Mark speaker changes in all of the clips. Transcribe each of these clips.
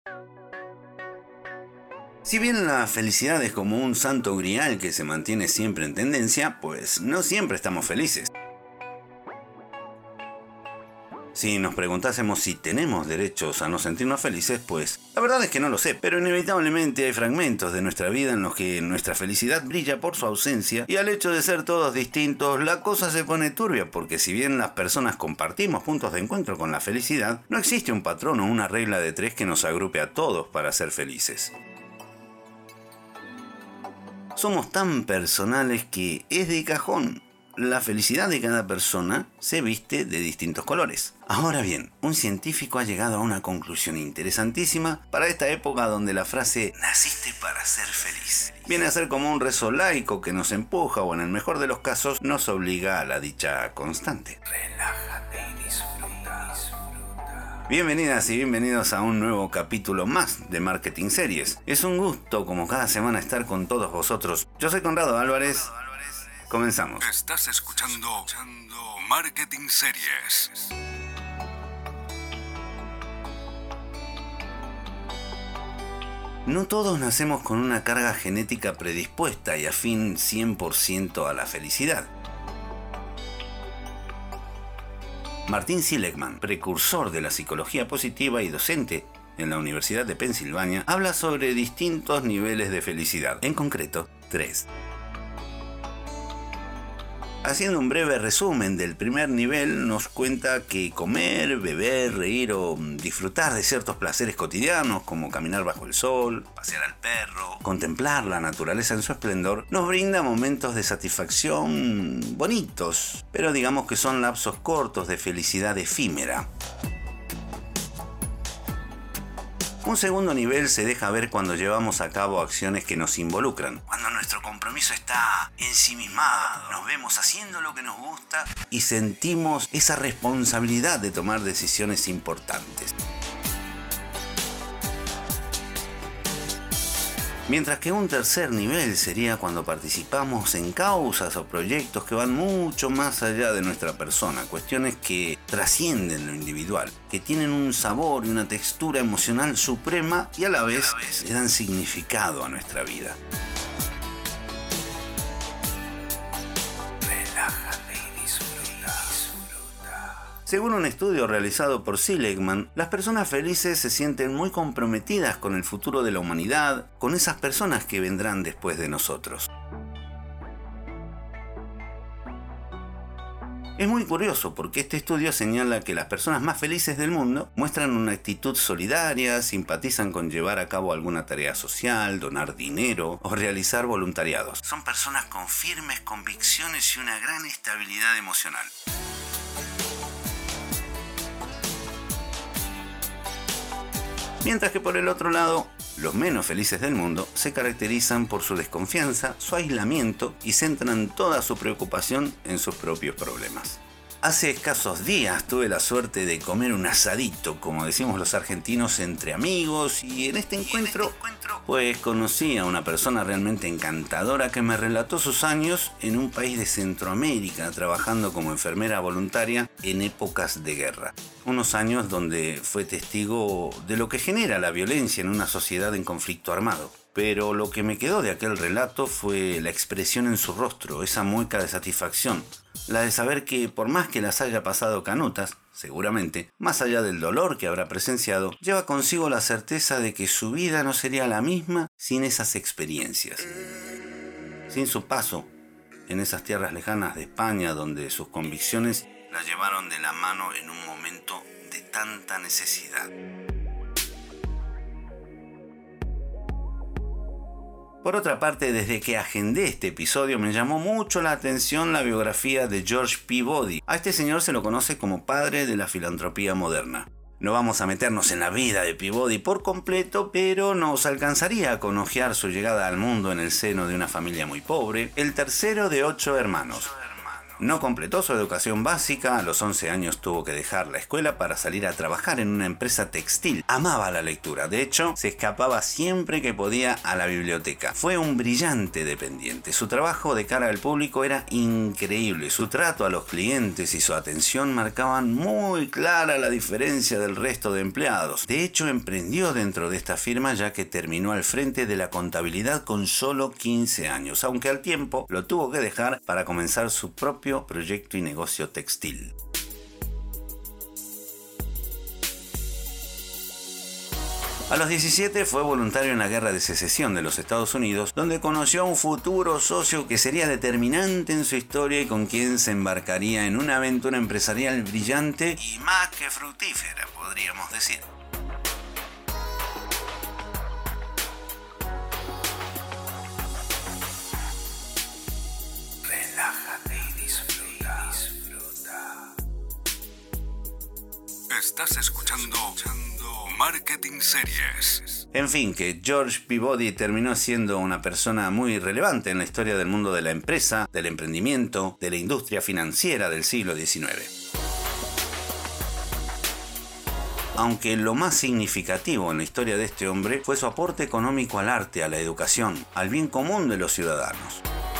Speaker 1: Si bien la felicidad es como un santo grial que se mantiene siempre en tendencia, pues no siempre estamos felices. Si nos preguntásemos si tenemos derechos a no sentirnos felices, pues la verdad es que no lo sé, pero inevitablemente hay fragmentos de nuestra vida en los que nuestra felicidad brilla por su ausencia, y al hecho de ser todos distintos, la cosa se pone turbia, porque si bien las personas compartimos puntos de encuentro con la felicidad, no existe un patrón o una regla de tres que nos agrupe a todos para ser felices. Somos tan personales que es de cajón. La felicidad de cada persona se viste de distintos colores. Ahora bien, un científico ha llegado a una conclusión interesantísima para esta época donde la frase "naciste para ser feliz" viene a ser como un rezo laico que nos empuja o en el mejor de los casos nos obliga a la dicha constante. Relájate y disfruta. Bienvenidas y bienvenidos a un nuevo capítulo más de Marketing Series. Es un gusto como cada semana estar con todos vosotros. Yo soy Conrado Álvarez. Comenzamos.
Speaker 2: Estás escuchando Marketing Series.
Speaker 1: No todos nacemos con una carga genética predispuesta y afín 100% a la felicidad. Martin Seligman, precursor de la psicología positiva y docente en la Universidad de Pensilvania, habla sobre distintos niveles de felicidad, en concreto 3. Haciendo un breve resumen del primer nivel, nos cuenta que comer, beber, reír o disfrutar de ciertos placeres cotidianos como caminar bajo el sol, pasear al perro, contemplar la naturaleza en su esplendor, nos brinda momentos de satisfacción bonitos, pero digamos que son lapsos cortos de felicidad efímera. Un segundo nivel se deja ver cuando llevamos a cabo acciones que nos involucran, cuando nuestro compromiso está ensimismado, nos vemos haciendo lo que nos gusta y sentimos esa responsabilidad de tomar decisiones importantes. Mientras que un tercer nivel sería cuando participamos en causas o proyectos que van mucho más allá de nuestra persona, cuestiones que trascienden lo individual, que tienen un sabor y una textura emocional suprema y a la vez le dan significado a nuestra vida. Según un estudio realizado por Seligman, las personas felices se sienten muy comprometidas con el futuro de la humanidad, con esas personas que vendrán después de nosotros. Es muy curioso porque este estudio señala que las personas más felices del mundo muestran una actitud solidaria, simpatizan con llevar a cabo alguna tarea social, donar dinero o realizar voluntariados. Son personas con firmes convicciones y una gran estabilidad emocional. Mientras que por el otro lado, los menos felices del mundo se caracterizan por su desconfianza, su aislamiento y centran toda su preocupación en sus propios problemas. Hace escasos días tuve la suerte de comer un asadito, como decimos los argentinos, entre amigos, y en este encuentro pues conocí a una persona realmente encantadora que me relató sus años en un país de Centroamérica trabajando como enfermera voluntaria en épocas de guerra. Unos años donde fue testigo de lo que genera la violencia en una sociedad en conflicto armado. Pero lo que me quedó de aquel relato fue la expresión en su rostro, esa mueca de satisfacción, la de saber que por más que las haya pasado canutas, seguramente, más allá del dolor que habrá presenciado, lleva consigo la certeza de que su vida no sería la misma sin esas experiencias. Sin su paso en esas tierras lejanas de España donde sus convicciones la llevaron de la mano en un momento de tanta necesidad. Por otra parte, desde que agendé este episodio me llamó mucho la atención la biografía de George Peabody. A este señor se lo conoce como padre de la filantropía moderna. No vamos a meternos en la vida de Peabody por completo, pero nos alcanzaría con hojear su llegada al mundo en el seno de una familia muy pobre, el tercero de 8 hermanos. No completó su educación básica, a los 11 años tuvo que dejar la escuela para salir a trabajar en una empresa textil. Amaba la lectura, de hecho, se escapaba siempre que podía a la biblioteca. Fue un brillante dependiente. Su trabajo de cara al público era increíble. Su trato a los clientes y su atención marcaban muy clara la diferencia del resto de empleados. De hecho, emprendió dentro de esta firma ya que terminó al frente de la contabilidad con solo 15 años, aunque al tiempo lo tuvo que dejar para comenzar su propio proyecto y negocio textil. A los 17 fue voluntario en la Guerra de Secesión de los Estados Unidos, donde conoció a un futuro socio que sería determinante en su historia y con quien se embarcaría en una aventura empresarial brillante y más que fructífera, podríamos decir.
Speaker 2: Relájate y disfruta. Estás escuchando Marketing Series.
Speaker 1: En fin, que George Peabody terminó siendo una persona muy relevante en la historia del mundo de la empresa, del emprendimiento, de la industria financiera del siglo XIX. Aunque lo más significativo en la historia de este hombre fue su aporte económico al arte, a la educación, al bien común de los ciudadanos.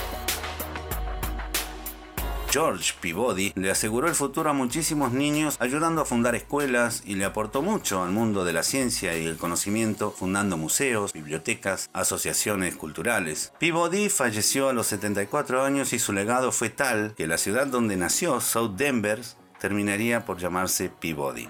Speaker 1: George Peabody le aseguró el futuro a muchísimos niños ayudando a fundar escuelas y le aportó mucho al mundo de la ciencia y el conocimiento fundando museos, bibliotecas, asociaciones culturales. Peabody falleció a los 74 años y su legado fue tal que la ciudad donde nació, South Denver, terminaría por llamarse Peabody.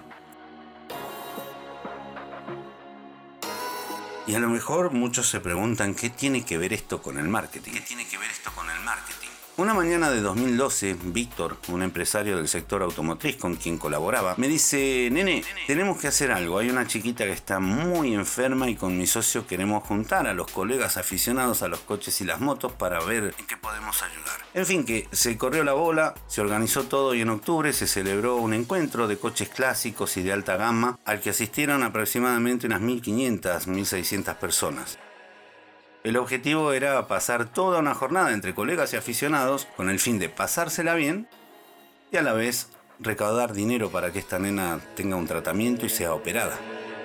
Speaker 1: Y a lo mejor muchos se preguntan qué tiene que ver esto con el marketing. Una mañana de 2012, Víctor, un empresario del sector automotriz con quien colaboraba, me dice: nene, tenemos que hacer algo. Hay una chiquita que está muy enferma y con mi socio queremos juntar a los colegas aficionados a los coches y las motos para ver en qué podemos ayudar. En fin, que se corrió la bola, se organizó todo y en octubre se celebró un encuentro de coches clásicos y de alta gama al que asistieron aproximadamente unas 1.500, 1.600 personas. El objetivo era pasar toda una jornada entre colegas y aficionados con el fin de pasársela bien y a la vez recaudar dinero para que esta nena tenga un tratamiento y sea operada.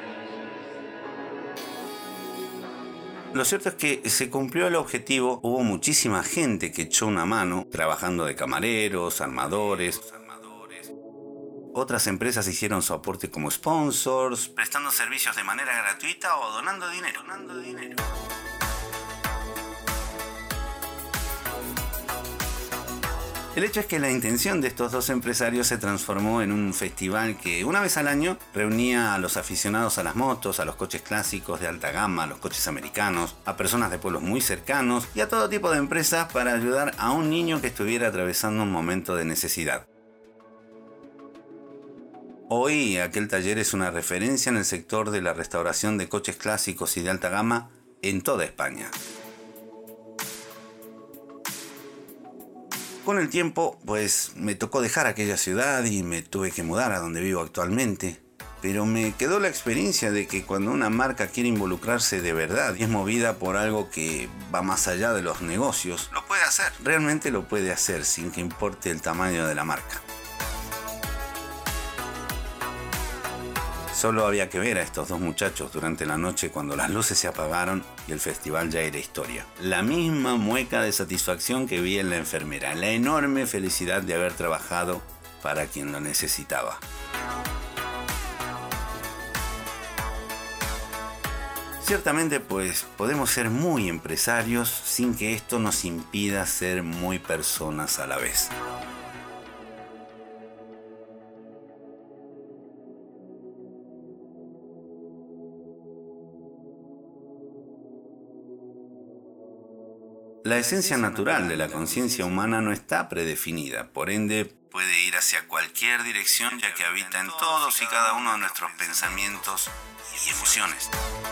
Speaker 1: Lo cierto es que se cumplió el objetivo, hubo muchísima gente que echó una mano, trabajando de camareros, armadores. Otras empresas hicieron su aporte como sponsors, prestando servicios de manera gratuita o donando dinero. El hecho es que la intención de estos dos empresarios se transformó en un festival que una vez al año reunía a los aficionados a las motos, a los coches clásicos de alta gama, a los coches americanos, a personas de pueblos muy cercanos y a todo tipo de empresas para ayudar a un niño que estuviera atravesando un momento de necesidad. Hoy aquel taller es una referencia en el sector de la restauración de coches clásicos y de alta gama en toda España. Con el tiempo, pues me tocó dejar aquella ciudad y me tuve que mudar a donde vivo actualmente. Pero me quedó la experiencia de que cuando una marca quiere involucrarse de verdad y es movida por algo que va más allá de los negocios, lo puede hacer. Realmente lo puede hacer sin que importe el tamaño de la marca. Solo había que ver a estos dos muchachos durante la noche cuando las luces se apagaron y el festival ya era historia. La misma mueca de satisfacción que vi en la enfermera, la enorme felicidad de haber trabajado para quien lo necesitaba. Ciertamente, pues, podemos ser muy empresarios sin que esto nos impida ser muy personas a la vez. La esencia natural de la conciencia humana no está predefinida, por ende puede ir hacia cualquier dirección ya que habita en todos y cada uno de nuestros pensamientos y emociones.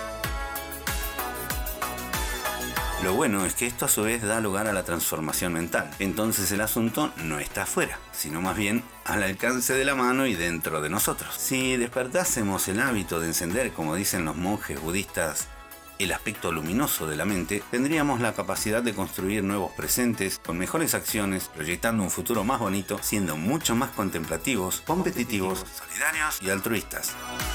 Speaker 1: Lo bueno es que esto a su vez da lugar a la transformación mental. Entonces el asunto no está afuera, sino más bien al alcance de la mano y dentro de nosotros. Si despertásemos el hábito de encender, como dicen los monjes budistas, el aspecto luminoso de la mente, tendríamos la capacidad de construir nuevos presentes con mejores acciones, proyectando un futuro más bonito, siendo mucho más contemplativos, competitivos, solidarios y altruistas.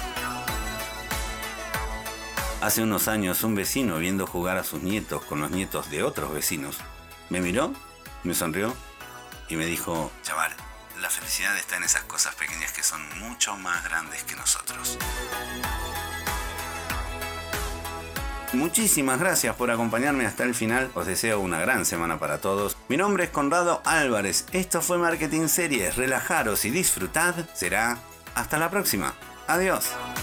Speaker 1: Hace unos años un vecino, viendo jugar a sus nietos con los nietos de otros vecinos, me miró, me sonrió y me dijo: chaval, la felicidad está en esas cosas pequeñas que son mucho más grandes que nosotros. Muchísimas gracias por acompañarme hasta el final. Os deseo una gran semana para todos. Mi nombre es Conrado Álvarez. Esto fue Marketing Series. Relajaros y disfrutad. Será hasta la próxima. Adiós.